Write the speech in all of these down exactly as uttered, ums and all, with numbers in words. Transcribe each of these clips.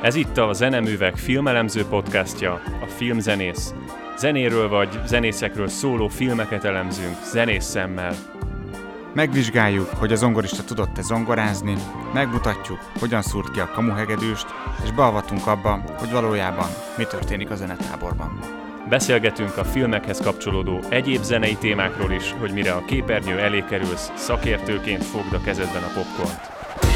Ez itt a Zeneművek filmelemző podcastja, a Filmzenész. Zenéről vagy zenészekről szóló filmeket elemzünk zenész szemmel. Megvizsgáljuk, hogy a zongorista tudott-e zongorázni, megmutatjuk, hogyan szúrt ki a kamuhegedűst, és beavatunk abba, hogy valójában mi történik a zenetáborban. Beszélgetünk a filmekhez kapcsolódó egyéb zenei témákról is, hogy mire a képernyő elé kerülsz, szakértőként fogd a kezedben a popcornt.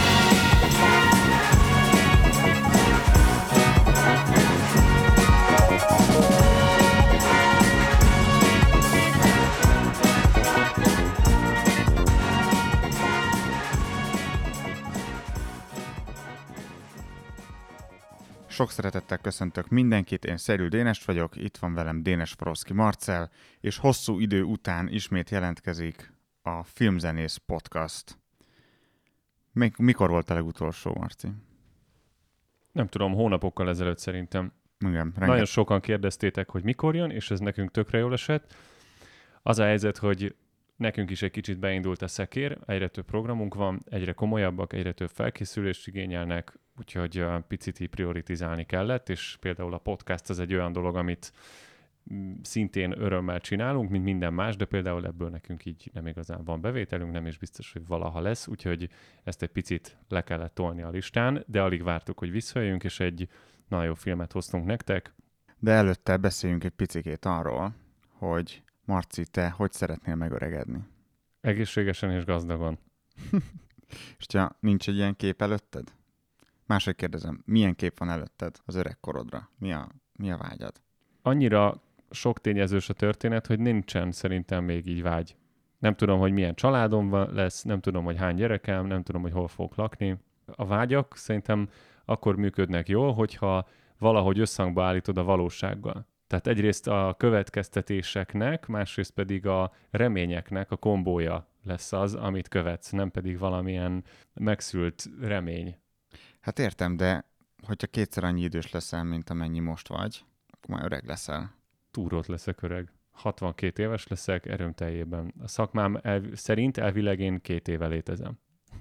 Sok szeretettel köszöntök mindenkit, én Szerül Dénes vagyok, itt van velem Dénes Poroszki Marcell, és hosszú idő után ismét jelentkezik a Filmzenész podcast. Még mikor volt a legutolsó, Marci? Nem tudom, hónapokkal ezelőtt szerintem. Igen, renget... Nagyon sokan kérdeztétek, hogy mikor jön, és ez nekünk tökre jól esett. Az a helyzet, hogy nekünk is egy kicsit beindult a szekér, egyre több programunk van, egyre komolyabbak, egyre több felkészülést igényelnek, úgyhogy picit prioritizálni kellett, és például a podcast az egy olyan dolog, amit szintén örömmel csinálunk, mint minden más, de például ebből nekünk így nem igazán van bevételünk, nem is biztos, hogy valaha lesz, úgyhogy ezt egy picit le kellett tolni a listán, de alig vártuk, hogy visszajöjjünk, és egy nagyon jó filmet hoztunk nektek. De előtte beszéljünk egy picikét arról, hogy Marci, te hogy szeretnél megöregedni? Egészségesen és gazdagon. És ha nincs egy ilyen kép előtted? Máshogy kérdezem, milyen kép van előtted az öregkorodra? Mi a, mi a vágyad? Annyira sok tényezős a történet, hogy nincsen szerintem még így vágy. Nem tudom, hogy milyen családom lesz, nem tudom, hogy hány gyerekem, nem tudom, hogy hol fogok lakni. A vágyak szerintem akkor működnek jól, hogyha valahogy összhangba állítod a valósággal. Tehát egyrészt a következtetéseknek, másrészt pedig a reményeknek a kombója lesz az, amit követsz, nem pedig valamilyen megszült remény. Hát értem, de hogyha kétszer annyi idős leszel, mint amennyi most vagy, akkor már öreg leszel. Túrót leszek öreg. hatvankét éves leszek, erőmteljében. A szakmám elv- szerint elvileg én két éve létezem.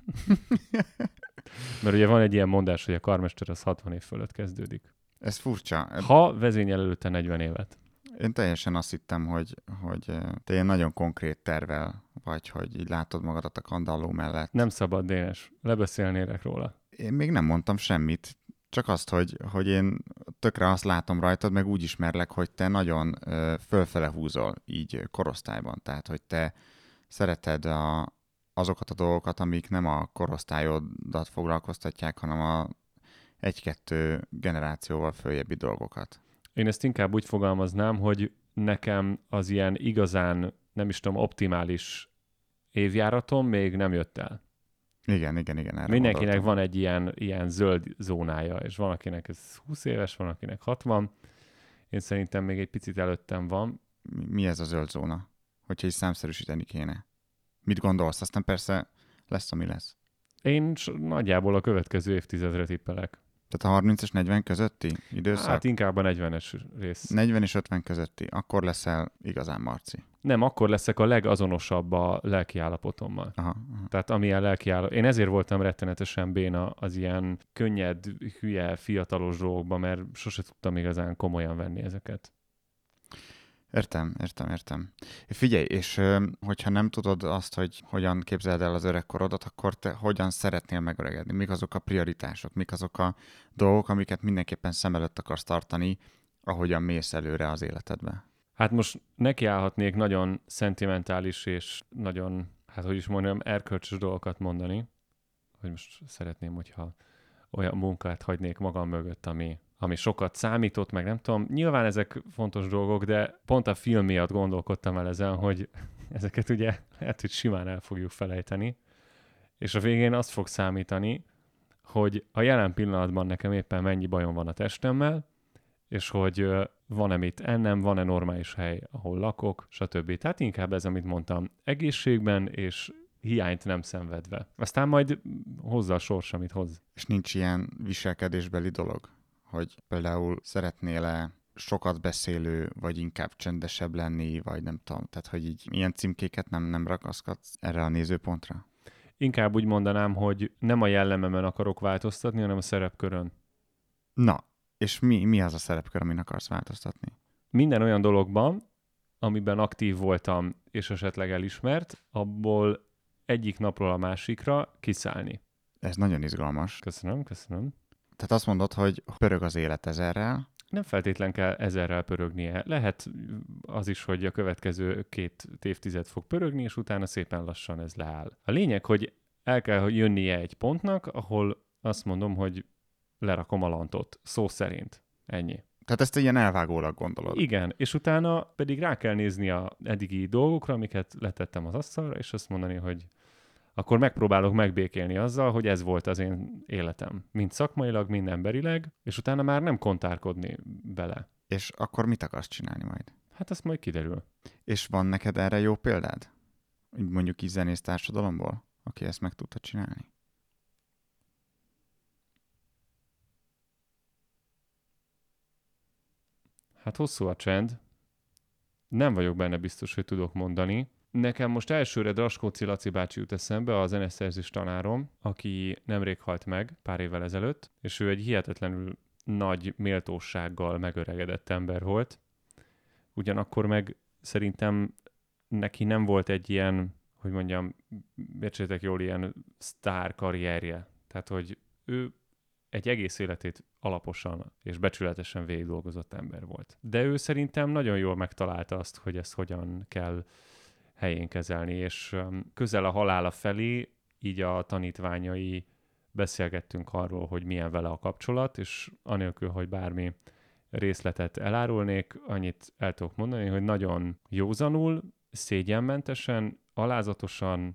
Mert ugye van egy ilyen mondás, hogy a karmester az hatvan év fölött kezdődik. Ez furcsa. Ha vezényel előtte negyven évet. Én teljesen azt hittem, hogy, hogy te ilyen nagyon konkrét tervel vagy, hogy így látod magadat a kandalló mellett. Nem szabad, Dénes. Lebeszélnélek róla. Én még nem mondtam semmit, csak azt, hogy, hogy én tökre azt látom rajtad, meg úgy ismerlek, hogy te nagyon ö, fölfele húzol így korosztályban. Tehát, hogy te szereted a, azokat a dolgokat, amik nem a korosztályodat foglalkoztatják, hanem a egy-kettő generációval följebbi dolgokat. Én ezt inkább úgy fogalmaznám, hogy nekem az ilyen igazán, nem is tudom, optimális évjáratom még nem jött el. Igen, igen, igen. Erre Mindenkinek gondoltam. van egy ilyen, ilyen zöld zónája, és van, akinek ez húsz éves, van, akinek hatvan. Én szerintem még egy picit előttem van. Mi, mi ez a zöld zóna? Hogyha is számszerűsíteni kéne. Mit gondolsz? Aztán persze lesz, ami lesz. Én nagyjából a következő évtizedre tippelek. Tehát a harminc és negyven közötti időszak? Hát inkább a negyvenes rész. negyven és ötven közötti. Akkor leszel igazán Marci. Nem, akkor leszek a legazonosabb a lelkiállapotommal. Aha, aha. Tehát amilyen lelkiállapot. Én ezért voltam rettenetesen béna az ilyen könnyed, hülye, fiatalos dolgokban, mert sose tudtam igazán komolyan venni ezeket. Értem, értem, értem. Figyelj, és hogyha nem tudod azt, hogy hogyan képzeld el az öregkorodat, akkor te hogyan szeretnél megöregedni? Mik azok a prioritások? Mik azok a dolgok, amiket mindenképpen szem előtt akarsz tartani, ahogyan mész előre az életedbe? Hát most nekiállhatnék nagyon szentimentális és nagyon, hát hogy is mondjam, erkölcsös dolgokat mondani, hogy most szeretném, hogyha olyan munkát hagynék magam mögött, ami, ami sokat számított, meg nem tudom. Nyilván ezek fontos dolgok, de pont a film miatt gondolkodtam el ezen, hogy ezeket ugye lehet, hogy simán el fogjuk felejteni, és a végén azt fog számítani, hogy a jelen pillanatban nekem éppen mennyi bajom van a testemmel, és hogy van-e mit ennem, van-e normális hely, ahol lakok, stb. Tehát inkább ez, amit mondtam, egészségben és hiányt nem szenvedve. Aztán majd hozza a sors, amit hoz. És nincs ilyen viselkedésbeli dolog, hogy például szeretnél-e sokat beszélő, vagy inkább csendesebb lenni, vagy nem tudom, tehát hogy így ilyen címkéket nem, nem rakaszkodsz erre a nézőpontra? Inkább úgy mondanám, hogy nem a jellememen akarok változtatni, hanem a szerepkörön. Na, és mi, mi az a szerepkör, amin akarsz változtatni? Minden olyan dologban, amiben aktív voltam, és esetleg elismert, abból egyik napról a másikra kiszállni. Ez nagyon izgalmas. Köszönöm, köszönöm. Tehát azt mondod, hogy pörög az élet ezerrel. Nem feltétlen kell ezerrel pörögnie. Lehet az is, hogy a következő két évtized fog pörögni, és utána szépen lassan ez leáll. A lényeg, hogy el kell jönnie egy pontnak, ahol azt mondom, hogy lerakom a lantot. Szó szerint. Ennyi. Tehát ezt ilyen elvágólag gondolod. Igen, és utána pedig rá kell nézni a eddigi dolgokra, amiket letettem az asztalra, és azt mondani, hogy akkor megpróbálok megbékélni azzal, hogy ez volt az én életem. Mind szakmailag, mind emberileg, és utána már nem kontárkodni bele. És akkor mit akarsz csinálni majd? Hát azt majd kiderül. És van neked erre jó példád? Mondjuk így zenész társadalomból, aki ezt meg tudta csinálni? Hát hosszú a csend. Nem vagyok benne biztos, hogy tudok mondani. Nekem most elsőre Draskóci Laci bácsi jut eszembe, a zeneszerzés tanárom, aki nemrég halt meg, pár évvel ezelőtt, és ő egy hihetetlenül nagy méltósággal megöregedett ember volt. Ugyanakkor meg szerintem neki nem volt egy ilyen, hogy mondjam, értsétek jól, ilyen sztár karrierje. Tehát, hogy ő egy egész életét alaposan és becsületesen végigdolgozott ember volt. De ő szerintem nagyon jól megtalálta azt, hogy ezt hogyan kell helyén kezelni, és közel a halála felé, így a tanítványai beszélgettünk arról, hogy milyen vele a kapcsolat, és anélkül, hogy bármi részletet elárulnék, annyit el tudok mondani, hogy nagyon józanul, szégyenmentesen, alázatosan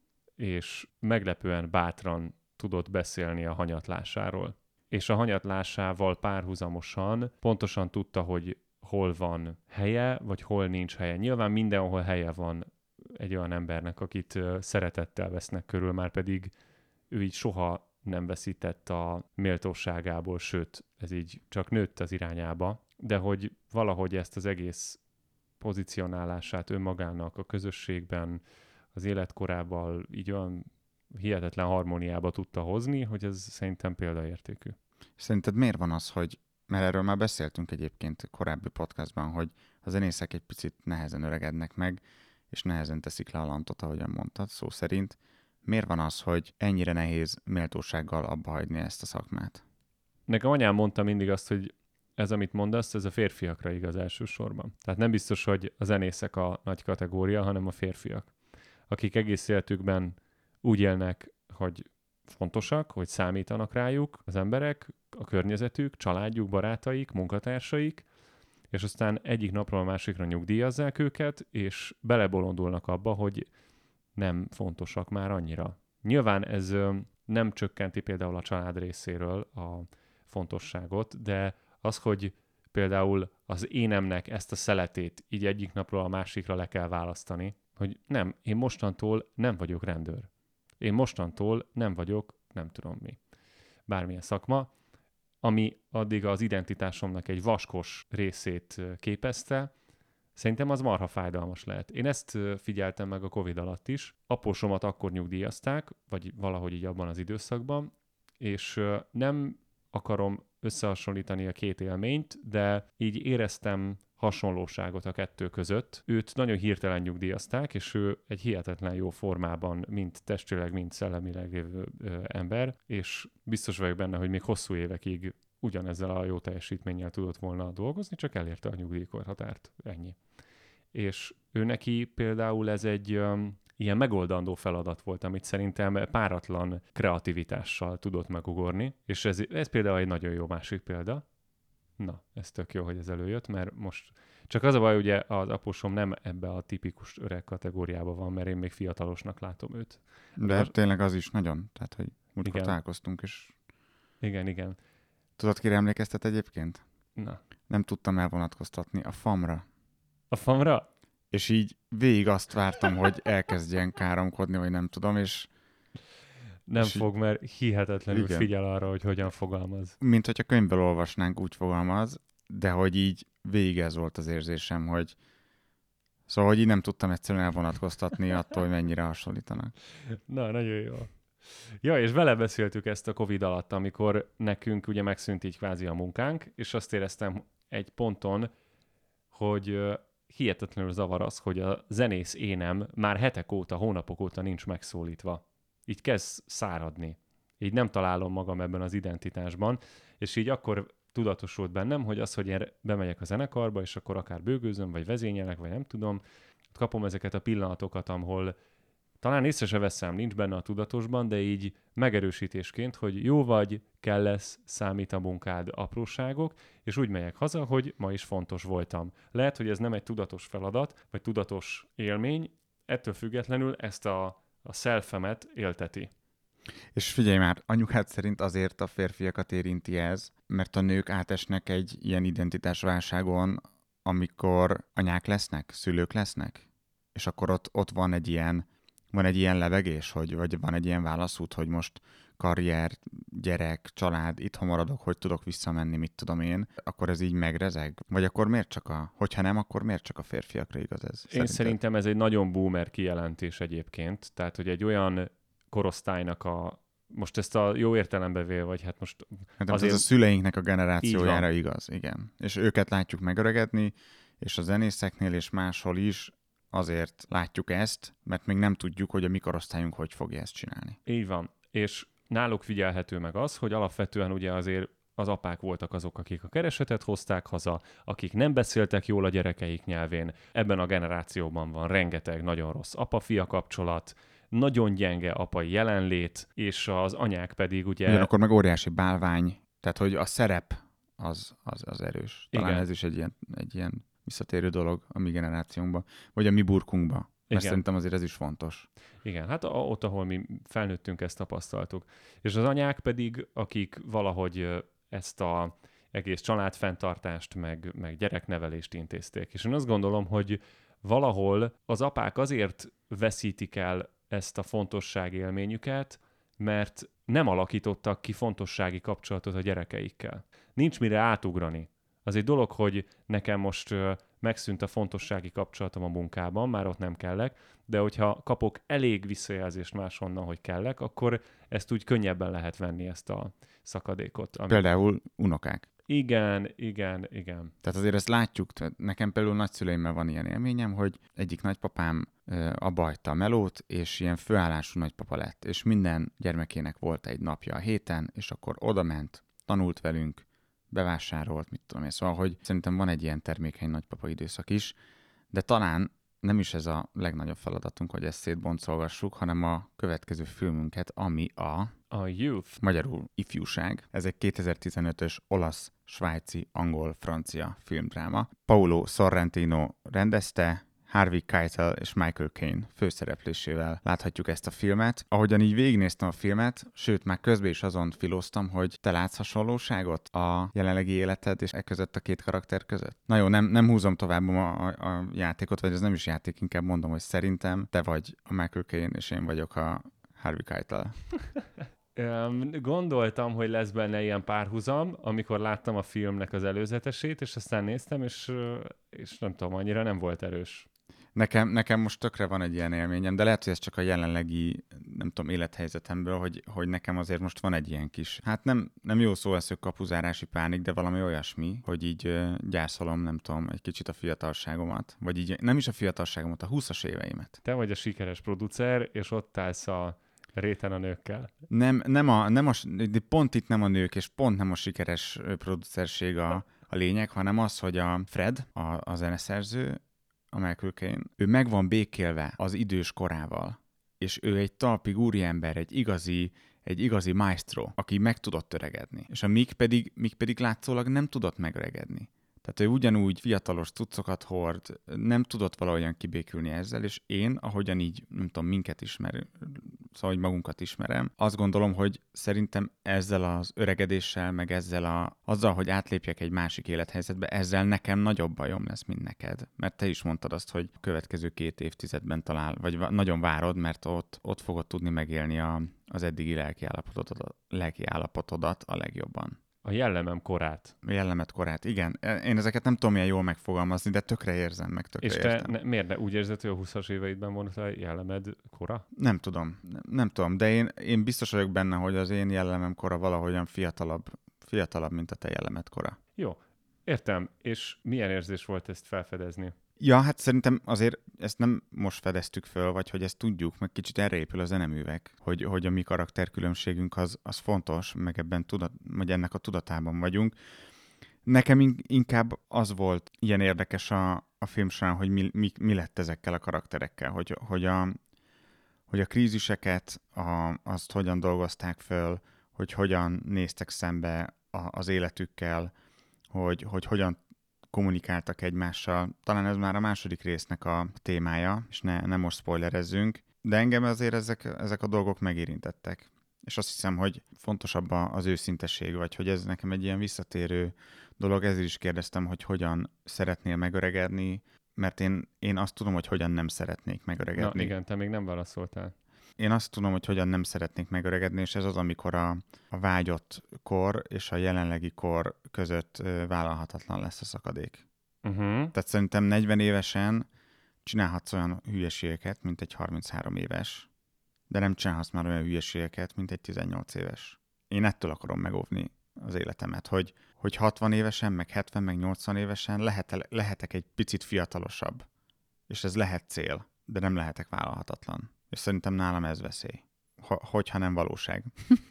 és meglepően bátran tudott beszélni a hanyatlásáról. És a hanyatlásával párhuzamosan pontosan tudta, hogy hol van helye, vagy hol nincs helye. Nyilván mindenhol helye van egy olyan embernek, akit szeretettel vesznek körül, már pedig ő így soha nem veszített a méltóságából, sőt, ez így csak nőtt az irányába, de hogy valahogy ezt az egész pozícionálását önmagának a közösségben, az életkorával így olyan hihetetlen harmóniába tudta hozni, hogy ez szerintem példaértékű. Szerinted miért van az, hogy, mert erről már beszéltünk egyébként korábbi podcastban, hogy a zenészek egy picit nehezen öregednek meg, és nehezen teszik le a lantot, ahogyan mondtad, szó szerint. Miért van az, hogy ennyire nehéz méltósággal abba hagyni ezt a szakmát? Nekem anyám mondta mindig azt, hogy ez, amit mondasz, ez a férfiakra igaz elsősorban. Tehát nem biztos, hogy a zenészek a nagy kategória, hanem a férfiak, akik egész életükben úgy élnek, hogy fontosak, hogy számítanak rájuk az emberek, a környezetük, családjuk, barátaik, munkatársaik, és aztán egyik napról a másikra nyugdíjazzák őket, és belebolondulnak abba, hogy nem fontosak már annyira. Nyilván ez nem csökkenti például a család részéről a fontosságot, de az, hogy például az énemnek ezt a szeletét így egyik napról a másikra le kell választani, hogy nem, én mostantól nem vagyok rendőr. Én mostantól nem vagyok, nem tudom mi, bármilyen szakma, ami addig az identitásomnak egy vaskos részét képezte, szerintem az marha fájdalmas lehet. Én ezt figyeltem meg a Covid alatt is. Apósomat akkor nyugdíjazták, vagy valahogy így abban az időszakban, és nem akarom összehasonlítani a két élményt, de így éreztem hasonlóságot a kettő között. Őt nagyon hirtelen nyugdíjazták, és ő egy hihetetlen jó formában, mind testileg, mind szellemileg lévő ember, és biztos vagyok benne, hogy még hosszú évekig ugyanezzel a jó teljesítménnyel tudott volna dolgozni, csak elérte a nyugdíjkorhatárt. Ennyi. És ő neki például ez egy um, ilyen megoldandó feladat volt, amit szerintem páratlan kreativitással tudott megugorni, és ez, ez például egy nagyon jó másik példa. Na, ez tök jó, hogy ez előjött, mert most csak az a baj, ugye az apósom nem ebbe a tipikus öreg kategóriába van, mert én még fiatalosnak látom őt. De Most... tényleg az is nagyon, tehát hogy múltkor találkoztunk, és... Igen, igen. Tudod, kire emlékeztet egyébként? Na. Nem tudtam elvonatkoztatni a famra. A famra? És így végig azt vártam, hogy elkezdjen káromkodni, vagy nem tudom, és... Nem és fog, így... mert hihetetlenül igen. Figyel arra, hogy hogyan fogalmaz. Mint hogyha könyvből olvasnánk, úgy fogalmaz, de hogy így végig ez volt az érzésem, hogy szóval, hogy így nem tudtam egyszerűen elvonatkoztatni attól, hogy mennyire hasonlítanak. Na, nagyon jó. Ja, és vele beszéltük ezt a Covid alatt, amikor nekünk ugye megszűnt így kvázi a munkánk, és azt éreztem egy ponton, hogy ö, hihetetlenül zavar az, hogy a zenész énem már hetek óta, hónapok óta nincs megszólítva. Így kezd száradni. Így nem találom magam ebben az identitásban, és így akkor tudatosult bennem, hogy az, hogy én bemegyek a zenekarba, és akkor akár bőgőzöm, vagy vezényelek, vagy nem tudom, kapom ezeket a pillanatokat, ahol talán észre se veszem, nincs benne a tudatosban, de így megerősítésként, hogy jó vagy, kell lesz, számít a munkád, apróságok, és úgy megyek haza, hogy ma is fontos voltam. Lehet, hogy ez nem egy tudatos feladat, vagy tudatos élmény, ettől függetlenül ezt a, a selfemet élteti. És figyelj már, anyukád szerint azért a férfiakat érinti ez, mert a nők átesnek egy ilyen identitásválságon, amikor anyák lesznek, szülők lesznek, és akkor ott, ott van egy ilyen van egy ilyen levegés, hogy, vagy van egy ilyen válaszút, hogy most karrier, gyerek, család, itthon maradok, hogy tudok visszamenni, mit tudom én, akkor ez így megrezeg? Vagy akkor miért csak a, hogyha nem, akkor miért csak a férfiakra igaz ez? Én Szerinted? szerintem ez egy nagyon boomer kijelentés egyébként, tehát hogy egy olyan korosztálynak a, most ezt a jó értelembe véve, vagy hát most Hát azért... ez a szüleinknek a generációjára igaz, igen. És őket látjuk megöregedni, és a zenészeknél és máshol is azért látjuk ezt, mert még nem tudjuk, hogy a mi korosztályunk hogy fogja ezt csinálni. Így van. És náluk figyelhető meg az, hogy alapvetően ugye azért az apák voltak azok, akik a keresetet hozták haza, akik nem beszéltek jól a gyerekeik nyelvén. Ebben a generációban van rengeteg nagyon rossz apa-fia kapcsolat, nagyon gyenge apai jelenlét, és az anyák pedig ugye... Ugyanakkor meg óriási bálvány, tehát hogy a szerep az, az, az erős. Talán Igen. ez is egy ilyen, egy ilyen visszatérő dolog a mi generációnkba, vagy a mi burkunkba. Mert Igen. szerintem azért ez is fontos. Igen, hát ott, ahol mi felnőttünk, ezt tapasztaltuk. És az anyák pedig, akik valahogy ezt a egész családfenntartást, meg, meg gyereknevelést intézték. És én azt gondolom, hogy valahol az apák azért veszítik el ezt a fontosságélményüket, mert nem alakítottak ki fontossági kapcsolatot a gyerekeikkel. Nincs mire átugrani. Az egy dolog, hogy nekem most megszűnt a fontossági kapcsolatom a munkában, már ott nem kellek, de hogyha kapok elég visszajelzést máshonnan, hogy kellek, akkor ezt úgy könnyebben lehet venni, ezt a szakadékot. Ami... Például unokák. Igen, igen, igen. Tehát azért ezt látjuk, nekem például nagyszüleimmel van ilyen élményem, hogy egyik nagypapám abba hagyta a melót, és ilyen főállású nagypapa lett, és minden gyermekének volt egy napja a héten, és akkor odament, tanult velünk, bevásárolt, mit tudom én. Szóval, hogy szerintem van egy ilyen termékeny nagypapa időszak is, de talán nem is ez a legnagyobb feladatunk, hogy ezt szétboncolgassuk, hanem a következő filmünket, ami a... A Youth. Magyarul Ifjúság. Ez egy kétezer-tizenötös olasz, svájci, angol, francia filmdráma. Paolo Sorrentino rendezte, Harvey Keitel és Michael Caine főszereplésével láthatjuk ezt a filmet. Ahogyan így végignéztem a filmet, sőt, már közben is azon filóztam, hogy te látsz hasonlóságot a jelenlegi életed és e között a két karakter között? Na jó, nem, nem húzom tovább a, a, a játékot, vagy ez nem is játék, inkább mondom, hogy szerintem te vagy a Michael Caine, és én vagyok a Harvey Keitel. Gondoltam, hogy lesz benne ilyen párhuzam, amikor láttam a filmnek az előzetesét, és aztán néztem, és, és nem tudom, annyira nem volt erős. Nekem, nekem most tökre van egy ilyen élményem, de lehet, hogy ez csak a jelenlegi, nem tudom, élethelyzetemből, hogy, hogy nekem azért most van egy ilyen kis, hát nem, nem jó szó ez, hogy kapuzárási pánik, de valami olyasmi, hogy így uh, gyászolom, nem tudom, egy kicsit a fiatalságomat, vagy így nem is a fiatalságomat, a húszas éveimet. Te vagy a sikeres producer, és ott állsz a réten a nőkkel. Nem, nem a, nem a, de pont itt nem a nők, és pont nem a sikeres producerség a, a lényeg, hanem az, hogy a Fred, a, a zeneszerző, a Michael Caine, ő meg van békélve az idős korával, és ő egy talpig úriember, egy igazi, egy igazi maestro, aki meg tudott öregedni. És a Mick pedig, Mick pedig látszólag nem tudott megöregedni. Tehát ő ugyanúgy fiatalos cuccokat hord, nem tudott valahogyan kibékülni ezzel, és én, ahogyan így, nem tudom, minket ismer, szóval, hogy magunkat ismerem, azt gondolom, hogy szerintem ezzel az öregedéssel, meg ezzel a, azzal, hogy átlépjek egy másik élethelyzetbe, ezzel nekem nagyobb bajom lesz, mint neked. Mert te is mondtad azt, hogy a következő két évtizedben talál, vagy nagyon várod, mert ott, ott fogod tudni megélni a, az eddigi lelki állapotodat, lelki állapotodat a legjobban. A jellemem korát. A jellemet korát, igen. Én ezeket nem tudom ilyen jól megfogalmazni, de tökre érzem, meg tökre És te értem. ne, miért ne, úgy érzed, hogy a húszas éveidben volt a jellemed kora? Nem tudom, nem, nem tudom, de én, én biztos vagyok benne, hogy az én jellemem kora valahogyan fiatalabb, fiatalabb, mint a te jellemed kora. Jó, értem. És milyen érzés volt ezt felfedezni? Ja, hát szerintem azért ezt nem most fedeztük föl, vagy hogy ezt tudjuk, meg kicsit erre épül a zeneművek, hogy, hogy a mi karakterkülönbségünk az, az fontos, meg ebben tudat, vagy ennek a tudatában vagyunk. Nekem in- inkább az volt ilyen érdekes a, a film során, hogy mi, mi, mi lett ezekkel a karakterekkel, hogy, hogy, a, hogy a kríziseket, a, azt hogyan dolgozták föl, hogy hogyan néztek szembe a, az életükkel, hogy, hogy hogyan kommunikáltak egymással. Talán ez már a második résznek a témája, és ne, ne most spoilerezzünk, de engem azért ezek, ezek a dolgok megérintettek. És azt hiszem, hogy fontosabb az őszintesség, vagy hogy ez nekem egy ilyen visszatérő dolog, ezért is kérdeztem, hogy hogyan szeretnél megöregedni, mert én, én azt tudom, hogy hogyan nem szeretnék megöregedni. Na igen, te még nem válaszoltál. Én azt tudom, hogy hogyan nem szeretnék megöregedni, és ez az, amikor a, a vágyott kor és a jelenlegi kor között vállalhatatlan lesz a szakadék. Uh-huh. Tehát szerintem negyven évesen csinálhatsz olyan hülyeségeket, mint egy harminchárom éves, de nem csinálhatsz már olyan hülyeségeket, mint egy tizennyolc éves. Én ettől akarom megóvni az életemet, hogy, hogy hatvan évesen, meg hetven, meg nyolcvan évesen lehet, lehetek egy picit fiatalosabb. És ez lehet cél, de nem lehetek vállalhatatlan. És szerintem nálam ez veszély. Ho- hogyha nem valóság.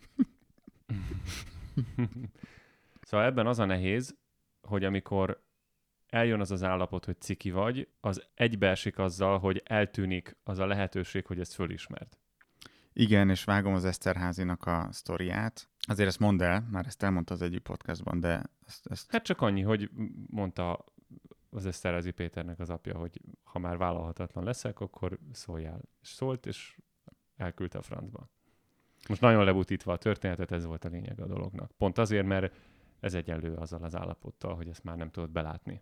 Szóval ebben az a nehéz, hogy amikor eljön az az állapot, hogy ciki vagy, az egybeesik azzal, hogy eltűnik az a lehetőség, hogy ezt fölismerd. Igen, és vágom az Eszterházinak a sztoriát. Azért ezt mondd el, már ezt elmondta az egyik podcastban, de ezt... ezt... Hát csak annyi, hogy mondta az Eszterházi Péternek az apja, hogy ha már vállalhatatlan leszek, akkor szóljál. És szólt, és elküldte a francba. Most nagyon lebutítva a történetet, ez volt a lényeg a dolognak. Pont azért, mert ez egyenlő azzal az állapottal, hogy ezt már nem tudod belátni.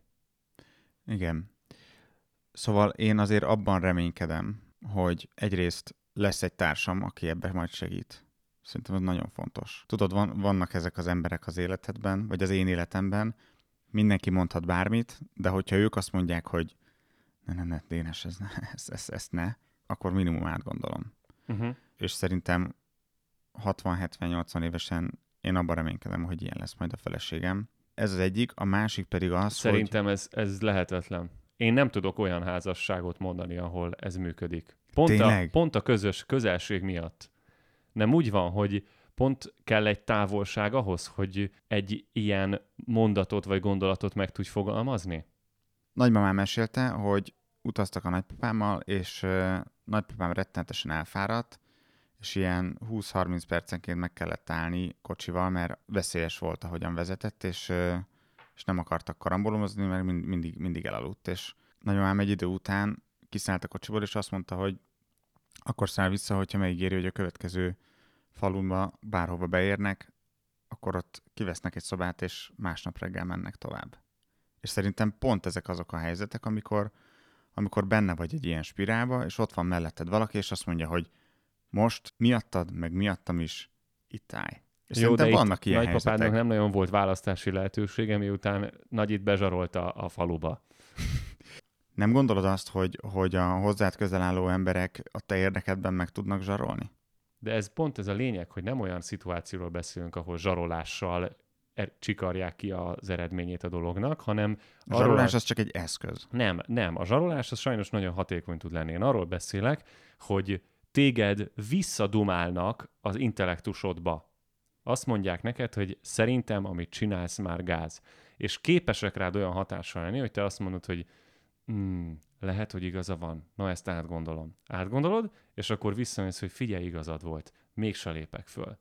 Igen. Szóval én azért abban reménykedem, hogy egyrészt lesz egy társam, aki ebben majd segít. Szerintem ez nagyon fontos. Tudod, van, vannak ezek az emberek az életedben, vagy az én életemben, mindenki mondhat bármit, de hogyha ők azt mondják, hogy ne, ne, ne, Dénes, ez ne, ezt, ezt, ezt ne, akkor minimum átgondolom. Uh-huh. És szerintem hatvan hetven nyolcvan évesen én abban reménykedem, hogy ilyen lesz majd a feleségem. Ez az egyik, a másik pedig az, Szerintem hogy... ez, ez lehetetlen. Én nem tudok olyan házasságot mondani, ahol ez működik. Pont a, pont a közös közelség miatt. Nem úgy van, hogy pont kell egy távolság ahhoz, hogy egy ilyen mondatot vagy gondolatot meg tudj fogalmazni? Nagymamám mesélte, hogy utaztak a nagypapámmal, és uh, nagypapám rettenetesen elfáradt, és ilyen húsz-harminc percenként meg kellett állni kocsival, mert veszélyes volt, ahogyan vezetett, és, uh, és nem akartak karambolozni, mert mind, mindig, mindig elaludt. És nagymamám egy idő után kiszállt a kocsiból, és azt mondta, hogy akkor száll vissza, hogyha megígéri, hogy a következő falunba bárhova beérnek, akkor ott kivesznek egy szobát, és másnap reggel mennek tovább. És szerintem pont ezek azok a helyzetek, amikor, amikor benne vagy egy ilyen spirálba, és ott van melletted valaki, és azt mondja, hogy most miattad, meg miattam is itt állj. És jó, de vannak ilyen nagypapádnak helyzetek. nem nagyon volt választási lehetősége, miután Nagyit bezsarolta a faluba. Nem gondolod azt, hogy, hogy a hozzád közel álló emberek a te érdekedben meg tudnak zsarolni? De ez pont ez a lényeg, hogy nem olyan szituációról beszélünk, ahol zsarolással er- csikarják ki az eredményét a dolognak, hanem... A zsarolás arról... az csak egy eszköz. Nem, nem. A zsarolás az sajnos nagyon hatékony tud lenni. Én arról beszélek, hogy téged visszadumálnak az intellektusodba. Azt mondják neked, hogy szerintem, amit csinálsz, már gáz. És képesek rád olyan hatással lenni, hogy te azt mondod, hogy hmm, lehet, hogy igaza van. Na, ezt átgondolom. Átgondolod, és akkor visszamész, hogy figyelj, igazad volt. Mégse lépek föl.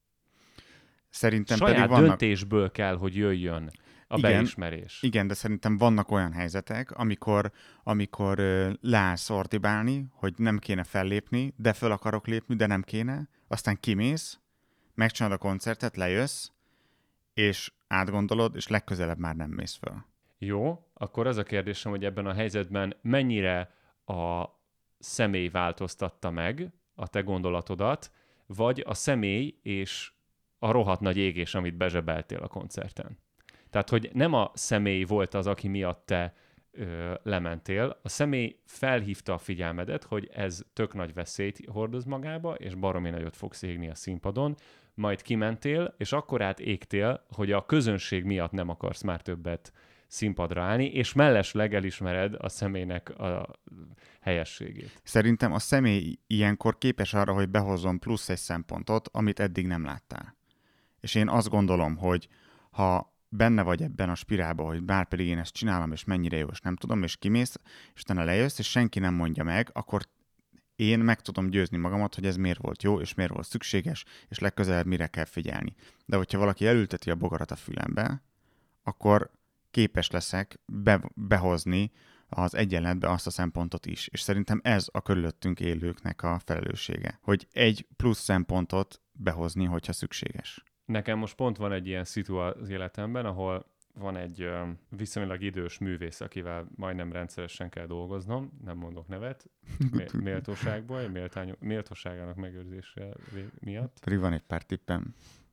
Szerintem Saját pedig vannak... döntésből kell, hogy jöjjön a igen, beismerés. Igen, de szerintem vannak olyan helyzetek, amikor, amikor uh, leállsz ordibálni, hogy nem kéne fellépni, de föl akarok lépni, de nem kéne, aztán kimész, megcsinálod a koncertet, lejössz, és átgondolod, és legközelebb már nem mész föl. Jó, akkor az a kérdésem, hogy ebben a helyzetben mennyire a személy változtatta meg a te gondolatodat, vagy a személy és a rohadt nagy égés, amit bezsebeltél a koncerten. Tehát, hogy nem a személy volt az, aki miatt te ö, lementél, a személy felhívta a figyelmedet, hogy ez tök nagy veszélyt hordoz magába, és baromi nagyot fogsz égni a színpadon, majd kimentél, és akkor át égtél, hogy a közönség miatt nem akarsz már többet színpadra állni, és mellesleg elismered a személynek a helyességét. Szerintem a személy ilyenkor képes arra, hogy behozzon plusz egy szempontot, amit eddig nem láttál. És én azt gondolom, hogy ha benne vagy ebben a spirálban, hogy bár pedig én ezt csinálom, és mennyire jó, és nem tudom, és kimész, és utána lejössz, és senki nem mondja meg, akkor én meg tudom győzni magamat, hogy ez miért volt jó, és miért volt szükséges, és legközelebb mire kell figyelni. De hogyha valaki elülteti a bogarat a fülembe, akkor képes leszek be, behozni az egyenletbe azt a szempontot is. És szerintem ez a körülöttünk élőknek a felelőssége, hogy egy plusz szempontot behozni, hogyha szükséges. Nekem most pont van egy ilyen szitu az életemben, ahol van egy ö, viszonylag idős művész, akivel majdnem rendszeresen kell dolgoznom, nem mondok nevet, méltóságból, méltány, méltóságának megőrzése miatt. Pedig van egy pár tippem.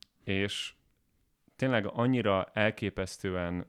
És tényleg annyira elképesztően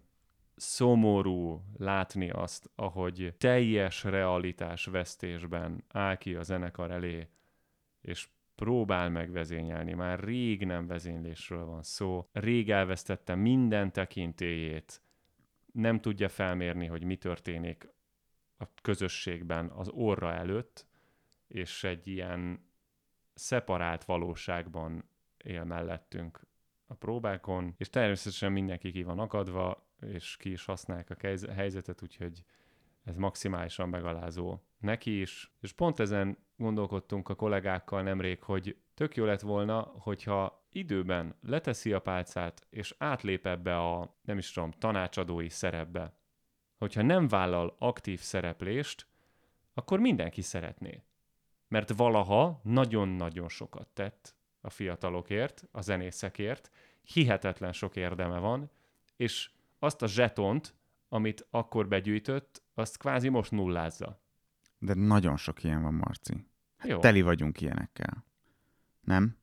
szomorú látni azt, ahogy teljes realitás vesztésben áll ki a zenekar elé, és próbál megvezényelni. Már rég nem vezénylésről van szó. Rég elvesztette minden tekintélyét. Nem tudja felmérni, hogy mi történik a közösségben az orra előtt, és egy ilyen szeparált valóságban él mellettünk a próbákon, és természetesen mindenki ki van akadva, és ki is használják a helyzetet, úgyhogy ez maximálisan megalázó neki is. És pont ezen gondolkodtunk a kollégákkal nemrég, hogy tök jó lett volna, hogyha időben leteszi a pálcát, és átlép ebbe a, nem is tudom, tanácsadói szerepbe. Hogyha nem vállal aktív szereplést, akkor mindenki szeretné. Mert valaha nagyon-nagyon sokat tett a fiatalokért, a zenészekért, hihetetlen sok érdeme van, és azt a zsetont, amit akkor begyűjtött, azt kvázi most nullázza. De nagyon sok ilyen van, Marci. Hát Jó. Teli vagyunk ilyenekkel. Nem?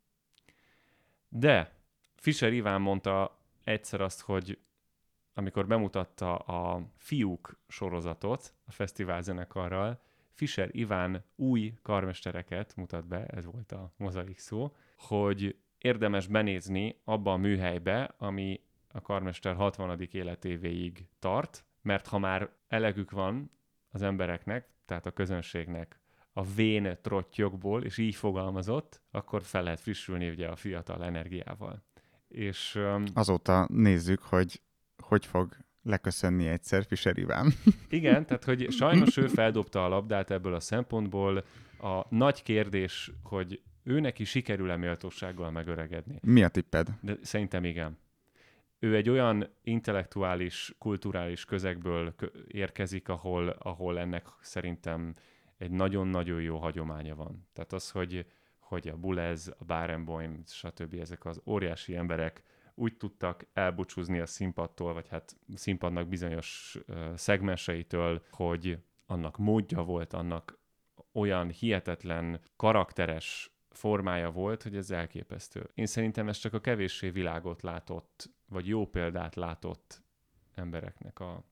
De Fischer Iván mondta egyszer azt, hogy amikor bemutatta a Fiúk sorozatot a fesztiválzenekarral, Fischer Iván új karmestereket mutat be, ez volt a mozaik szó, hogy érdemes benézni abba a műhelybe, ami a karmester hatvanadik életévéig tart, mert ha már elegük van az embereknek, tehát a közönségnek a vén trottyokból, és így fogalmazott, akkor fel lehet frissülni ugye a fiatal energiával. És um, azóta nézzük, hogy hogy fog leköszönni egyszer Fischer Iván. Igen, tehát hogy sajnos ő feldobta a labdát ebből a szempontból. A nagy kérdés, hogy ő neki sikerül-e méltósággal megöregedni. Mi a tipped? De szerintem igen. Ő egy olyan intellektuális, kulturális közegből érkezik, ahol, ahol ennek szerintem egy nagyon-nagyon jó hagyománya van. Tehát az, hogy, hogy a Boulez, a Barenboim, stb. Ezek az óriási emberek úgy tudtak elbúcsúzni a színpadtól, vagy hát a színpadnak bizonyos uh, szegmenseitől, hogy annak módja volt, annak olyan hihetetlen, karakteres formája volt, hogy ez elképesztő. Én szerintem ez csak a kevéssé világot látott, vagy jó példát látott embereknek a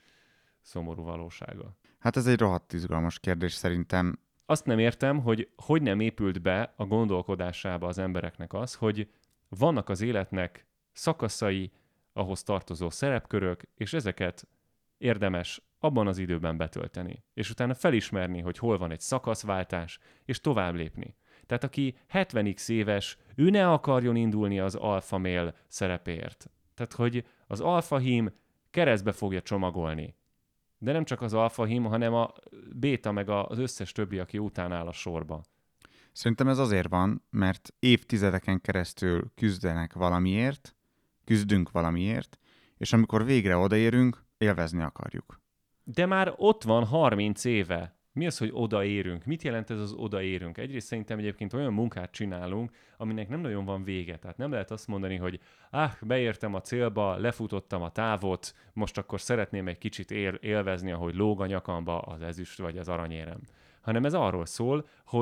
szomorú valósága. Hát ez egy rohadt izgalmas kérdés szerintem. Azt nem értem, hogy hogy nem épült be a gondolkodásába az embereknek az, hogy vannak az életnek szakaszai, ahhoz tartozó szerepkörök, és ezeket érdemes abban az időben betölteni. És utána felismerni, hogy hol van egy szakaszváltás, és tovább lépni. Tehát aki hetven éves, ő ne akarjon indulni az alfa male szerepéért. Tehát, hogy az alfa hím keresztbe fogja csomagolni. De nem csak az alfa hím, hanem a béta meg az összes többi, aki után áll a sorba. Szerintem ez azért van, mert évtizedeken keresztül küzdenek valamiért, küzdünk valamiért, és amikor végre odaérünk, élvezni akarjuk. De már ott van harminc éve. Mi az, hogy odaérünk? Mit jelent ez az odaérünk? Egyrészt szerintem egyébként olyan munkát csinálunk, aminek nem nagyon van vége. Tehát nem lehet azt mondani, hogy ah, beértem a célba, lefutottam a távot, most akkor szeretném egy kicsit él- élvezni, ahogy lóg a nyakamba az ezüst vagy az aranyérem. Hanem ez arról szól, hogy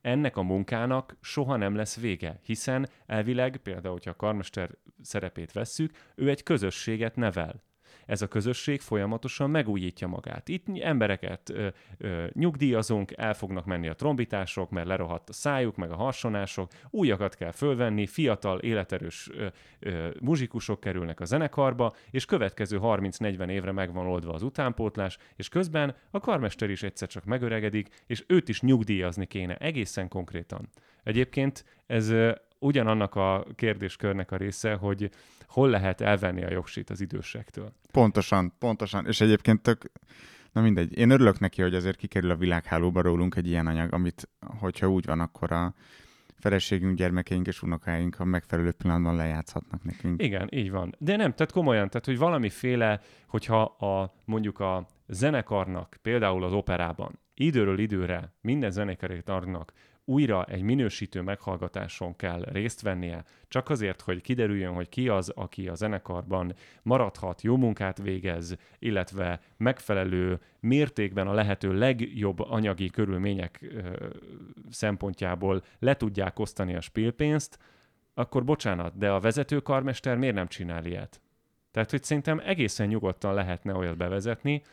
ennek a munkának soha nem lesz vége, hiszen elvileg, például, hogyha a karmester szerepét vesszük, ő egy közösséget nevel. Ez a közösség folyamatosan megújítja magát. Itt embereket ö, ö, nyugdíjazunk, el fognak menni a trombitások, mert lerohadt a szájuk, meg a harsonások, újakat kell fölvenni, fiatal, életerős ö, ö, muzsikusok kerülnek a zenekarba, és következő harminc-negyven évre megvan oldva az utánpótlás, és közben a karmester is egyszer csak megöregedik, és őt is nyugdíjazni kéne, egészen konkrétan. Egyébként ez ö, ugyanannak a kérdéskörnek a része, hogy hol lehet elvenni a jogsit az idősektől. Pontosan, pontosan. És egyébként tök, na mindegy. Én örülök neki, hogy azért kikerül a világhálóba rólunk egy ilyen anyag, amit, hogyha úgy van, akkor a feleségünk, gyermekeink és unokáink a megfelelő pillanatban lejátszhatnak nekünk. Igen, így van. De nem, tehát komolyan, tehát hogy valamiféle, hogyha a, mondjuk a zenekarnak, például az operában, időről időre minden zenekarnak újra egy minősítő meghallgatáson kell részt vennie, csak azért, hogy kiderüljön, hogy ki az, aki a zenekarban maradhat, jó munkát végez, illetve megfelelő mértékben a lehető legjobb anyagi körülmények ö, szempontjából le tudják osztani a spillpénzt, akkor bocsánat, de a vezetőkarmester miért nem csinál ilyet? Tehát, hogy szerintem egészen nyugodtan lehetne olyat bevezetni,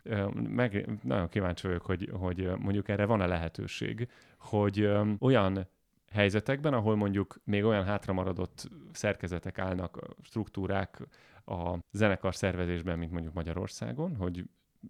meg nagyon kíváncsi vagyok, hogy, hogy mondjuk erre van-e lehetőség, hogy öm, olyan helyzetekben, ahol mondjuk még olyan hátramaradott szerkezetek állnak, struktúrák a zenekar szervezésben, mint mondjuk Magyarországon, hogy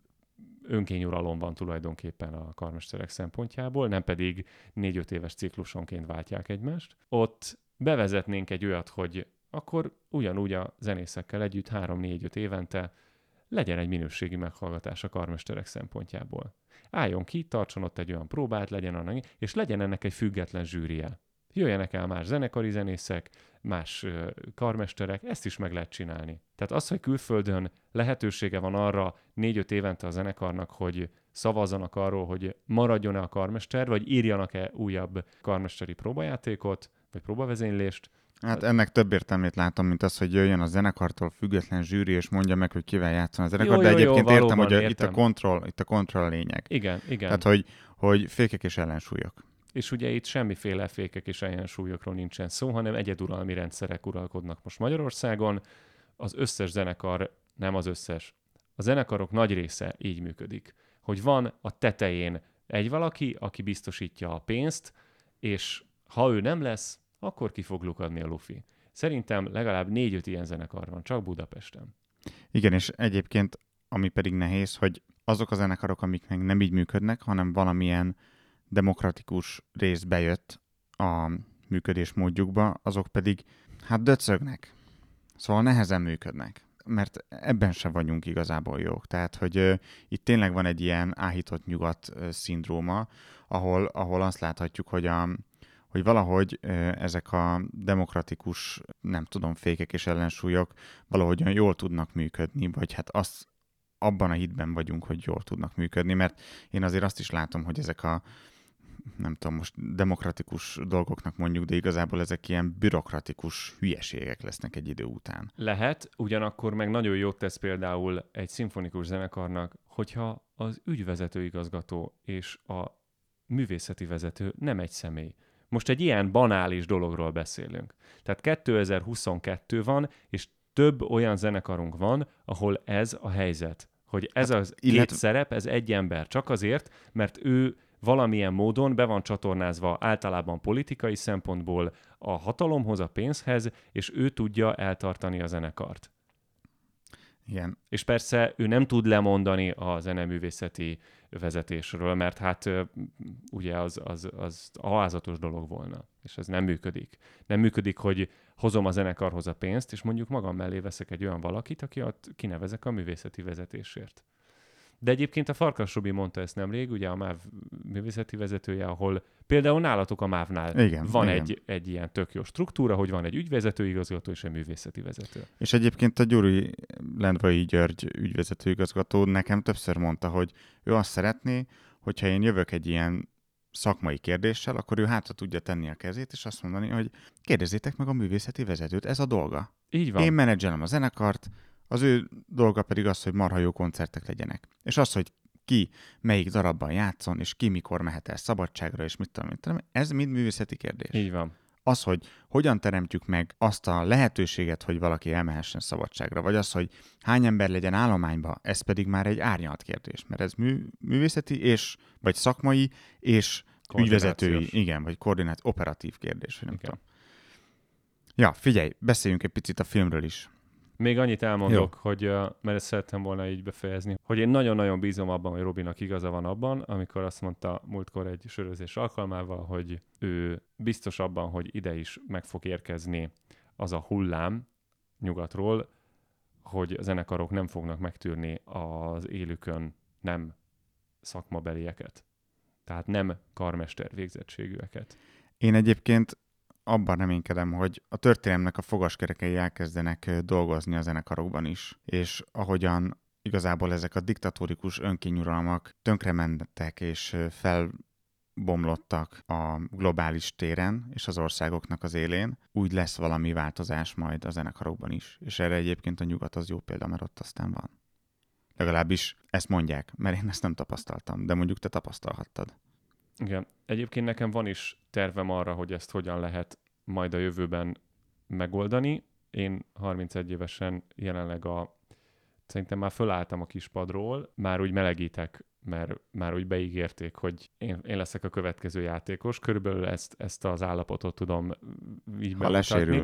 önkényuralom van tulajdonképpen a karmesterek szempontjából, nem pedig négy-öt éves ciklusonként váltják egymást. Ott bevezetnénk egy olyat, hogy akkor ugyanúgy a zenészekkel együtt három-négy-öt évente legyen egy minőségi meghallgatás a karmesterek szempontjából. Álljon ki, tartson ott egy olyan próbát, legyen annak, és legyen ennek egy független zsűrije. Jöjjenek el más zenekari zenészek, más uh, karmesterek, ezt is meg lehet csinálni. Tehát az, hogy külföldön lehetősége van arra négy-öt évente a zenekarnak, hogy szavazzanak arról, hogy maradjon-e a karmester, vagy írjanak-e újabb karmesteri próbajátékot, vagy próbavezénylést. Hát ennek több értelmét látom, mint az, hogy jöjjön a zenekartól független zsűri, és mondja meg, hogy kivel játszon a zenekar, Jó, de jó, egyébként jó, értem, hogy a, értem. itt a kontroll, itt a kontroll a lényeg. Igen, igen. Tehát, hogy, hogy fékek és ellensúlyok. És ugye itt semmiféle fékek és ellensúlyokról nincsen szó, hanem egyeduralmi rendszerek uralkodnak most Magyarországon. Az összes zenekar, nem az összes, a zenekarok nagy része így működik, hogy van a tetején egy valaki, aki biztosítja a pénzt, és ha ő nem lesz, akkor ki fog lukadni a lufi. Szerintem legalább négy-öt ilyen zenekar van, csak Budapesten. Igen, és egyébként, ami pedig nehéz, hogy azok a zenekarok, amik meg nem így működnek, hanem valamilyen demokratikus rész bejött a működés módjukba, azok pedig hát döcögnek. Szóval nehezen működnek, mert ebben sem vagyunk igazából jók. Tehát, hogy uh, itt tényleg van egy ilyen áhított nyugat uh, szindróma, ahol, ahol azt láthatjuk, hogy a hogy valahogy ö, ezek a demokratikus, nem tudom, fékek és ellensúlyok valahogy olyan jól tudnak működni, vagy hát azt, abban a hitben vagyunk, hogy jól tudnak működni, mert én azért azt is látom, hogy ezek a, nem tudom, most demokratikus dolgoknak mondjuk, de igazából ezek ilyen bürokratikus hülyeségek lesznek egy idő után. Lehet, ugyanakkor meg nagyon jót tesz például egy szimfonikus zenekarnak, hogyha az ügyvezető igazgató és a művészeti vezető nem egy személy. Most egy ilyen banális dologról beszélünk. Tehát kétezer-huszonkettő van, és több olyan zenekarunk van, ahol ez a helyzet. Hogy ez hát, az illetve... két szerep, ez egy ember. Csak azért, mert ő valamilyen módon be van csatornázva általában politikai szempontból a hatalomhoz, a pénzhez, és ő tudja eltartani a zenekart. Igen. És persze ő nem tud lemondani a zeneművészeti vezetésről, mert hát ugye az, az, az alázatos dolog volna, és ez nem működik. Nem működik, hogy hozom a zenekarhoz a pénzt, és mondjuk magam mellé veszek egy olyan valakit, aki ott kinevezek a művészeti vezetésért. De egyébként a Farkas Robi mondta ezt nemrég, ugye a MÁV művészeti vezetője, ahol például nálatok a MÁV-nál igen, van igen. Egy, egy ilyen tök jó struktúra, hogy van egy ügyvezető igazgató és egy művészeti vezető. És egyébként a Gyuri Lendvai György ügyvezető igazgató nekem többször mondta, hogy ő azt szeretné, hogyha én jövök egy ilyen szakmai kérdéssel, akkor ő hátra tudja tenni a kezét, és azt mondani, hogy kérdezzétek meg a művészeti vezetőt, ez a dolga. Így van. Én menedzselem a zenekart, az ő dolga pedig az, hogy marha jó koncertek legyenek. És az, hogy ki melyik darabban játszon, és ki mikor mehet el szabadságra, és mit tudom, mit tudom. Ez mind művészeti kérdés. Így van. Az, hogy hogyan teremtjük meg azt a lehetőséget, hogy valaki elmehessen szabadságra, vagy az, hogy hány ember legyen állományba, ez pedig már egy árnyalt kérdés, mert ez mű, művészeti, és, vagy szakmai, és ügyvezetői, igen, vagy koordinált, operatív kérdés, hogy nem igen. tudom. Ja, figyelj, beszéljünk egy picit a filmről is. Még annyit elmondok, Jó. hogy, mert ezt szerettem volna így befejezni, hogy én nagyon-nagyon bízom abban, hogy Robinak igaza van abban, amikor azt mondta múltkor egy sörözés alkalmával, hogy ő biztos abban, hogy ide is meg fog érkezni az a hullám nyugatról, hogy a zenekarok nem fognak megtűrni az élükön nem szakmabelieket. Tehát nem karmester végzettségűeket. Én egyébként abban reménykedem, hogy a történelemnek a fogaskerekei elkezdenek dolgozni a zenekarokban is, és ahogyan igazából ezek a diktatórikus önkényuralmak tönkrementek és felbomlottak a globális téren és az országoknak az élén, úgy lesz valami változás majd a zenekarokban is. És erre egyébként a nyugat az jó példa, mert ott aztán van. Legalábbis ezt mondják, mert én ezt nem tapasztaltam, de mondjuk te tapasztalhattad. Igen. Egyébként nekem van is tervem arra, hogy ezt hogyan lehet majd a jövőben megoldani. Én harmincegy évesen jelenleg a... Szerintem már fölálltam a kispadról, már úgy melegítek, mert már úgy beígérték, hogy én, én leszek a következő játékos. Körülbelül ezt, ezt az állapotot tudom így ha lesérül.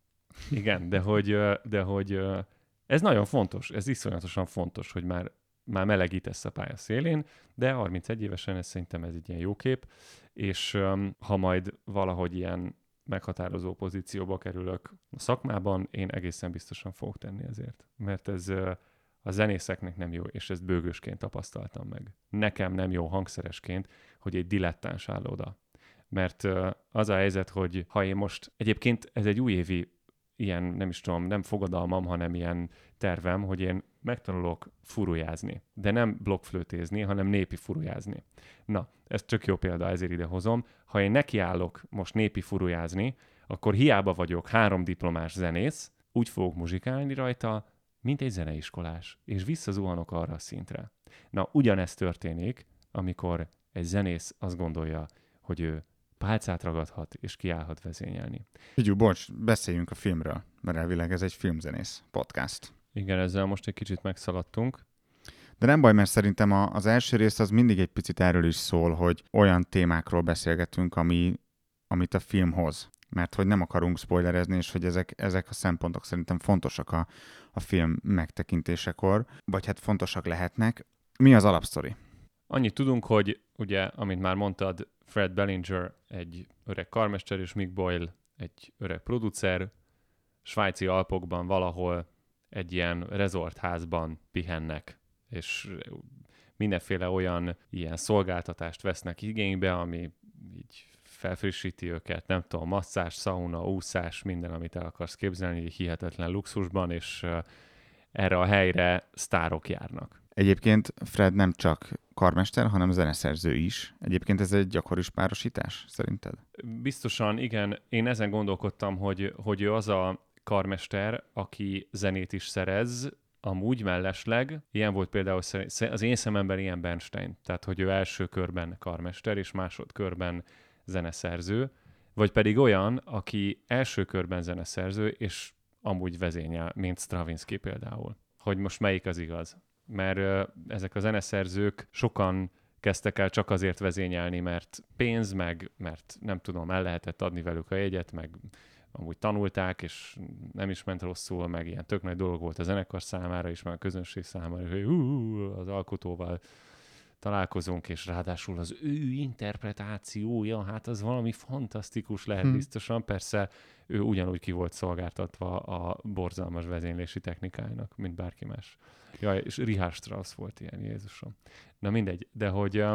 Igen, de hogy, de hogy ez nagyon fontos, ez iszonyatosan fontos, hogy már már melegítesz a pálya szélén, de harmincegy évesen ez szerintem ez egy ilyen jó kép, és um, ha majd valahogy ilyen meghatározó pozícióba kerülök a szakmában, én egészen biztosan fogok tenni ezért. Mert ez uh, a zenészeknek nem jó, és ezt bőgősként tapasztaltam meg. Nekem nem jó hangszeresként, hogy egy dilettáns áll oda. Mert uh, az a helyzet, hogy ha én most, egyébként ez egy újévi ilyen, nem is tudom, nem fogadalmam, hanem ilyen tervem, hogy én megtanulok furujázni, de nem blokkflőtézni, hanem népi furujázni. Na, ez csak jó példa, ezért ide hozom. Ha én nekiállok most népi furujázni, akkor hiába vagyok három diplomás zenész, úgy fogok muzsikálni rajta, mint egy zeneiskolás, és visszazuhanok arra a szintre. Na, ugyanezt történik, amikor egy zenész azt gondolja, hogy ő pálcát ragadhat, és kiállhat vezényelni. Figyelj, bocs, beszéljünk a filmről, mert elvileg ez egy filmzenész podcast. Igen, ezzel most egy kicsit megszaladtunk. De nem baj, mert szerintem a, az első rész az mindig egy picit erről is szól, hogy olyan témákról beszélgetünk, ami, amit a film hoz. Mert hogy nem akarunk spoilerezni, és hogy ezek, ezek a szempontok szerintem fontosak a, a film megtekintésekor, vagy hát fontosak lehetnek. Mi az alapsztori? Annyit tudunk, hogy ugye, amint már mondtad, Fred Bellinger egy öreg karmester, és Mick Boyle egy öreg producer, svájci Alpokban valahol egy ilyen rezortházban pihennek, és mindenféle olyan ilyen szolgáltatást vesznek igénybe, ami így felfrissíti őket, nem tudom, masszás, szauna, úszás, minden, amit el akarsz képzelni, hihetetlen luxusban, és erre a helyre sztárok járnak. Egyébként Fred nem csak karmester, hanem zeneszerző is. Egyébként ez egy gyakori párosítás, szerinted? Biztosan, igen. Én ezen gondolkodtam, hogy, hogy ő az a karmester, aki zenét is szerez, amúgy mellesleg. Ilyen volt például az én szememben ilyen Bernstein. Tehát, hogy ő első körben karmester, és másodkörben zeneszerző. Vagy pedig olyan, aki első körben zeneszerző, és amúgy vezényel, mint Stravinsky például. Hogy most melyik az igaz? Mert uh, ezek a zeneszerzők sokan kezdtek el csak azért vezényelni, mert pénz, meg mert nem tudom, el lehetett adni velük a jegyet, meg amúgy tanulták, és nem is ment rosszul, meg ilyen tök nagy dolog volt a zenekar számára is, meg a közönség számára, hogy hú, az alkotóval találkozunk, és ráadásul az ő interpretációja, hát az valami fantasztikus lehet hmm. biztosan. Persze ő ugyanúgy ki volt szolgáltatva a borzalmas vezénylési technikájának, mint bárki más. Jaj, és Richard Strauss volt ilyen, Jézusom. Na mindegy, de hogy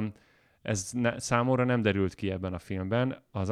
ez ne, számomra nem derült ki ebben a filmben. Az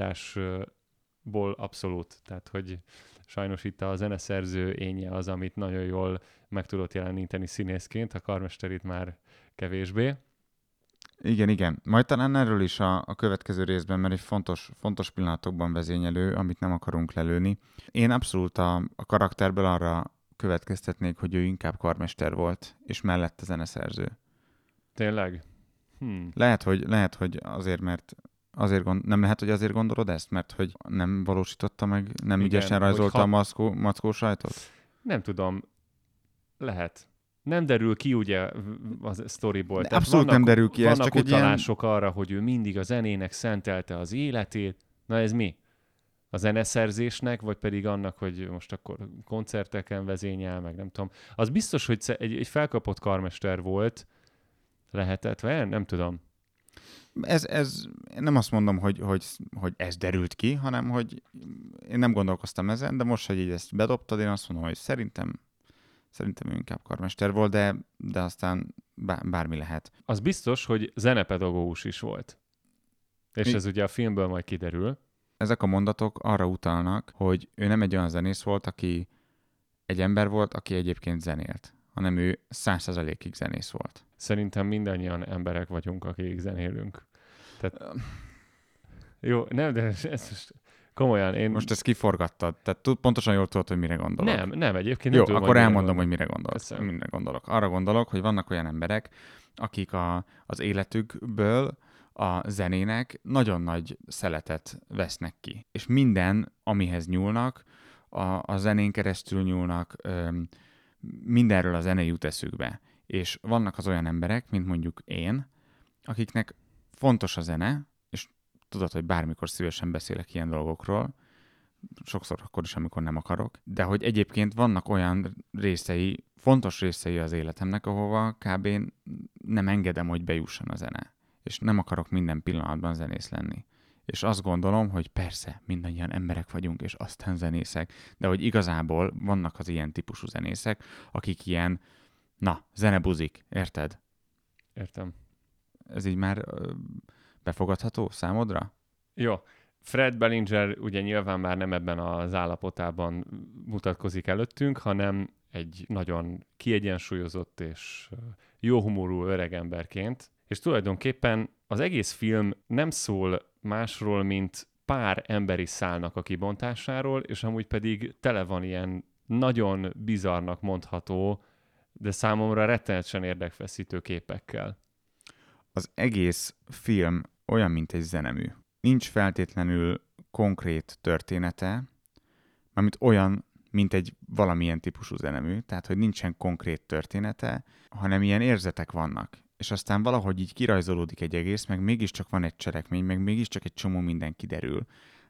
alakításból abszolút, tehát hogy sajnos itt a zeneszerző énje az, amit nagyon jól meg tudott jeleníteni színészként, a karmesterit már kevésbé. Igen, igen. Majd talán erről is a, a következő részben, mert egy fontos, fontos pillanatokban vezényelő, amit nem akarunk lelőni. Én abszolút a, a karakterből arra következtetnék, hogy ő inkább karmester volt, és mellette zeneszerző. Tényleg? Hmm. Lehet, hogy, lehet, hogy azért, mert azért gond, nem lehet, hogy azért gondolod ezt, mert hogy nem valósította meg, nem Igen, ügyesen rajzolta hogy a ha... mackó, mackó sajtot? Nem tudom, lehet. Nem derül ki ugye a sztoriból. De Tehát abszolút vannak, nem derül ki, ez vannak csak egy ilyen... utalások arra, hogy ő mindig a zenének szentelte az életét. Na ez mi? A zeneszerzésnek, vagy pedig annak, hogy most akkor koncerteken vezényel, meg nem tudom. Az biztos, hogy egy, egy felkapott karmester volt, lehetett, vagy nem tudom. Ez, ez, nem azt mondom, hogy, hogy, hogy ez derült ki, hanem hogy én nem gondolkoztam ezen, de most, hogy így ezt bedobtad, én azt mondom, hogy szerintem, szerintem ő inkább karmester volt, de, de aztán bármi lehet. Az biztos, hogy zenepedagógus is volt. És Mi? ez ugye a filmből majd kiderül. Ezek a mondatok arra utalnak, hogy ő nem egy olyan zenész volt, aki egy ember volt, aki egyébként zenélt, hanem ő száz százalékig zenész volt. Szerintem mindannyian emberek vagyunk, akik zenélünk. Tehát... Jó, nem, de ez most komolyan én... Most ezt kiforgattad, tehát tud, pontosan jól tudod, hogy mire gondolok. Nem, nem, egyébként nem Jó, tudom, akkor hogy elmondom, hogy mire gondolok. Köszönöm. Mire gondolok. Arra gondolok, hogy vannak olyan emberek, akik a, az életükből a zenének nagyon nagy szeletet vesznek ki. És minden, amihez nyúlnak, a, a zenén keresztül nyúlnak, öm, mindenről a zene jut eszükbe. És vannak az olyan emberek, mint mondjuk én, akiknek fontos a zene, és tudod, hogy bármikor szívesen beszélek ilyen dolgokról, sokszor akkor is, amikor nem akarok, de hogy egyébként vannak olyan részei, fontos részei az életemnek, ahova kb. Nem engedem, hogy bejusson a zene. És nem akarok minden pillanatban zenész lenni. És azt gondolom, hogy persze, mindannyian emberek vagyunk, és aztán zenészek, de hogy igazából vannak az ilyen típusú zenészek, akik ilyen, na, zenebuzik, érted? Értem. Ez így már ö, befogadható számodra? Jó. Fred Bellinger ugye nyilván már nem ebben az állapotában mutatkozik előttünk, hanem egy nagyon kiegyensúlyozott és jó humorú öregemberként. És tulajdonképpen az egész film nem szól másról, mint pár emberi szálnak a kibontásáról, és amúgy pedig tele van ilyen nagyon bizarrnak mondható, de számomra rettenetesen érdekfeszítő képekkel. Az egész film olyan, mint egy zenemű. Nincs feltétlenül konkrét története, mármint olyan, mint egy valamilyen típusú zenemű, tehát hogy nincsen konkrét története, hanem ilyen érzetek vannak. És aztán valahogy így kirajzolódik egy egész, meg mégiscsak van egy cselekmény, meg mégiscsak egy csomó minden kiderül.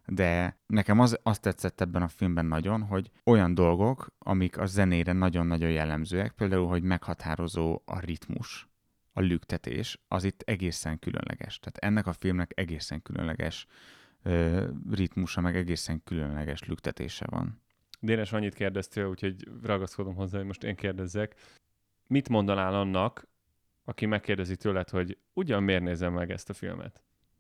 De nekem az, azt tetszett ebben a filmben nagyon, hogy olyan dolgok, amik a zenére nagyon-nagyon jellemzőek, például, hogy meghatározó a ritmus, a lüktetés, az itt egészen különleges. Tehát ennek a filmnek egészen különleges ö, ritmusa, meg egészen különleges lüktetése van. Dénes, annyit kérdeztél, úgyhogy ragaszkodom hozzá, hogy most én kérdezzek. Mit mondanál annak, aki megkérdezi tőled, hogy ugyan miért nézem meg ezt a filmet?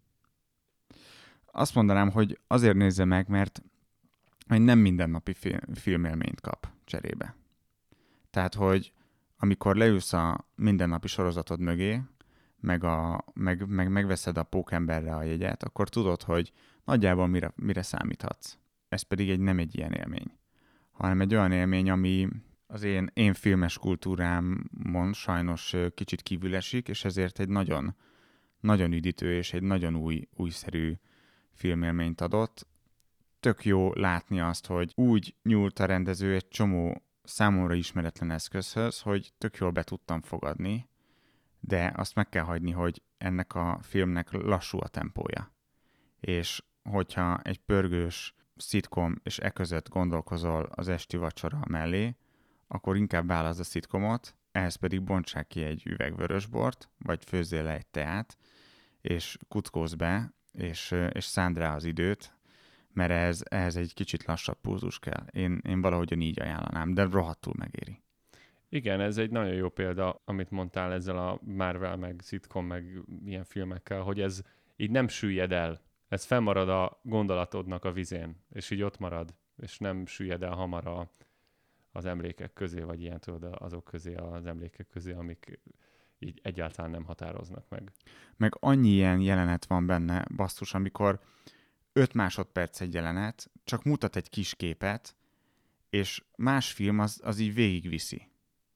Azt mondanám, hogy azért nézze meg, mert hogy nem mindennapi film, filmélményt kap cserébe. Tehát, hogy amikor leülsz a mindennapi sorozatod mögé, meg, a, meg, meg megveszed a Pókemberre a jegyet, akkor tudod, hogy nagyjából mire, mire számíthatsz. Ez pedig egy, nem egy ilyen élmény, hanem egy olyan élmény, ami az én, én filmes kultúrámon sajnos kicsit kívül esik, és ezért egy nagyon, nagyon üdítő és egy nagyon új, újszerű filmélményt adott. Tök jó látni azt, hogy úgy nyúlt a rendező egy csomó számomra ismeretlen eszközhöz, hogy tök jól be tudtam fogadni, de azt meg kell hagyni, hogy ennek a filmnek lassú a tempója. És hogyha egy pörgős szitkom és e között gondolkozol az esti vacsora mellé, akkor inkább válaszd a szitkomot, ehhez pedig bontsák ki egy üveg vörösbort, vagy főzzél le egy teát, és kuckózz be, és, és szánd rá az időt, mert ez, ehhez egy kicsit lassabb pulzus kell. Én, én valahogyan így ajánlanám, de rohadtul megéri. Igen, ez egy nagyon jó példa, amit mondtál ezzel a Marvel, meg sitcom, meg ilyen filmekkel, hogy ez így nem süllyed el. Ez fennmarad a gondolatodnak a vizén, és így ott marad, és nem süllyed el hamar a, az emlékek közé, vagy ilyen tudod, azok közé, az emlékek közé, amik így egyáltalán nem határoznak meg. Meg annyi ilyen jelenet van benne, basszus, amikor öt másodperc egy jelenet, csak mutat egy kis képet, és más film az, az így végigviszi.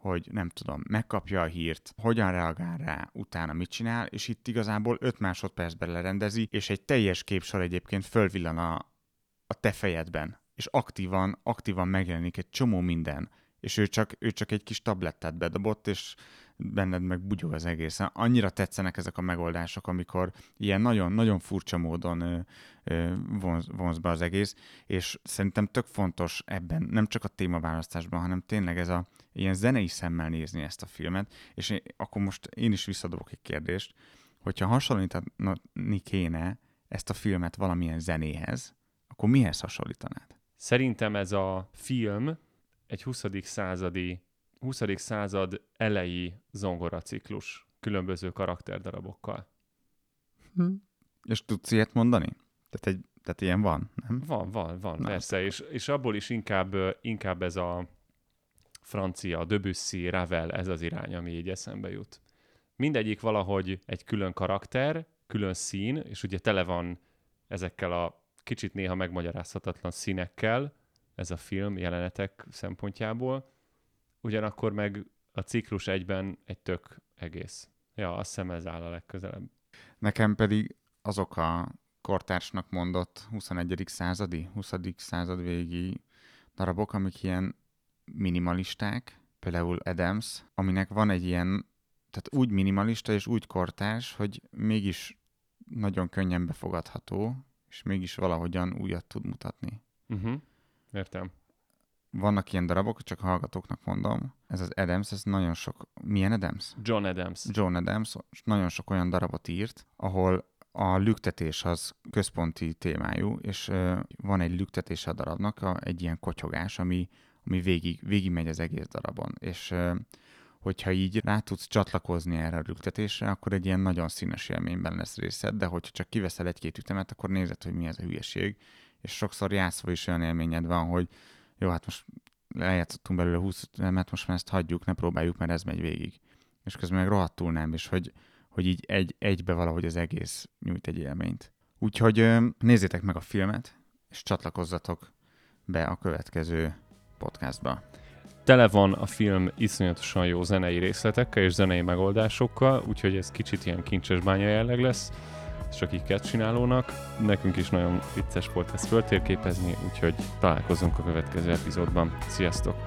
hogy nem tudom, megkapja a hírt, hogyan reagál rá, utána mit csinál, és itt igazából öt másodpercben lerendezi, és egy teljes képsor egyébként fölvillan a, a te fejedben, és aktívan, aktívan megjelenik egy csomó minden, és ő csak, ő csak egy kis tablettát bedobott, és benned meg bugyog az egész. Annyira tetszenek ezek a megoldások, amikor ilyen nagyon-nagyon furcsa módon ö, ö, vonz, vonz be az egész, és szerintem tök fontos ebben, nem csak a témaválasztásban, hanem tényleg ez a ilyen zenei szemmel nézni ezt a filmet, és én, akkor most én is visszadobok egy kérdést, hogyha hasonlítani kéne ezt a filmet valamilyen zenéhez, akkor mihez hasonlítanád? Szerintem ez a film egy huszadik századi, huszadik század elejé zongoraciklus különböző karakterdarabokkal. Hm. És tudsz ilyet mondani? Tehát, egy, tehát ilyen van, nem? Van, van, van, Na, persze, és, és abból is inkább, inkább ez a francia, Debussy, Ravel, ez az irány, ami így eszembe jut. Mindegyik valahogy egy külön karakter, külön szín, és ugye tele van ezekkel a kicsit néha megmagyarázhatatlan színekkel, ez a film jelenetek szempontjából, ugyanakkor meg a ciklus egyben egy tök egész. Ja, azt hiszem ez áll a legközelebb. Nekem pedig azok a kortársnak mondott huszonegyedik századi, huszadik század végi darabok, amik ilyen minimalisták, például Adams, aminek van egy ilyen, tehát úgy minimalista és úgy kortárs, hogy mégis nagyon könnyen befogadható, és mégis valahogyan újat tud mutatni. Uh-huh. Értem. Vannak ilyen darabok, csak a hallgatóknak mondom. Ez az Adams, ez nagyon sok... Milyen Adams? John Adams. John Adams nagyon sok olyan darabot írt, ahol a lüktetés az központi témájú, és uh, van egy lüktetés a darabnak, a, egy ilyen kotyogás, ami, ami végig, végig megy az egész darabon. És uh, hogyha így rá tudsz csatlakozni erre a lüktetésre, akkor egy ilyen nagyon színes élményben lesz részed, de hogyha csak kiveszel egy-két ütemet, akkor nézed, hogy mi ez a hülyeség. És sokszor játszva is olyan élményed van, hogy jó, hát most lejátszottunk belőle húsz ütemet, most már ezt hagyjuk, ne próbáljuk, mert ez megy végig. És közben meg rohadtul nem, és hogy, hogy így egy, egybe valahogy az egész nyújt egy élményt. Úgyhogy nézzétek meg a filmet, és csatlakozzatok be a következő podcastba. Tele van a film iszonyatosan jó zenei részletekkel és zenei megoldásokkal, úgyhogy ez kicsit ilyen kincses bánya jelleg lesz, csak így kell csinálónak. Nekünk is nagyon vicces volt ezt föltérképezni, úgyhogy találkozunk a következő epizódban. Sziasztok!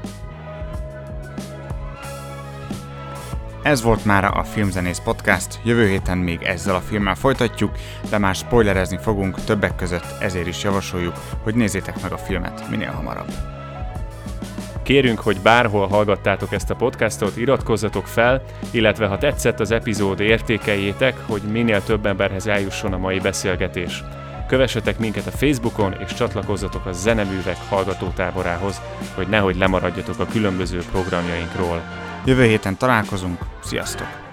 Ez volt már a Filmzenész Podcast, jövő héten még ezzel a filmmel folytatjuk, de már spoilerezni fogunk többek között, ezért is javasoljuk, hogy nézzétek meg a filmet minél hamarabb. Kérünk, hogy bárhol hallgattátok ezt a podcastot, iratkozzatok fel, illetve ha tetszett az epizód, értékeljétek, hogy minél több emberhez eljusson a mai beszélgetés. Kövessetek minket a Facebookon, és csatlakozzatok a Zeneművek hallgatótáborához, hogy nehogy lemaradjatok a különböző programjainkról. Jövő héten találkozunk, sziasztok!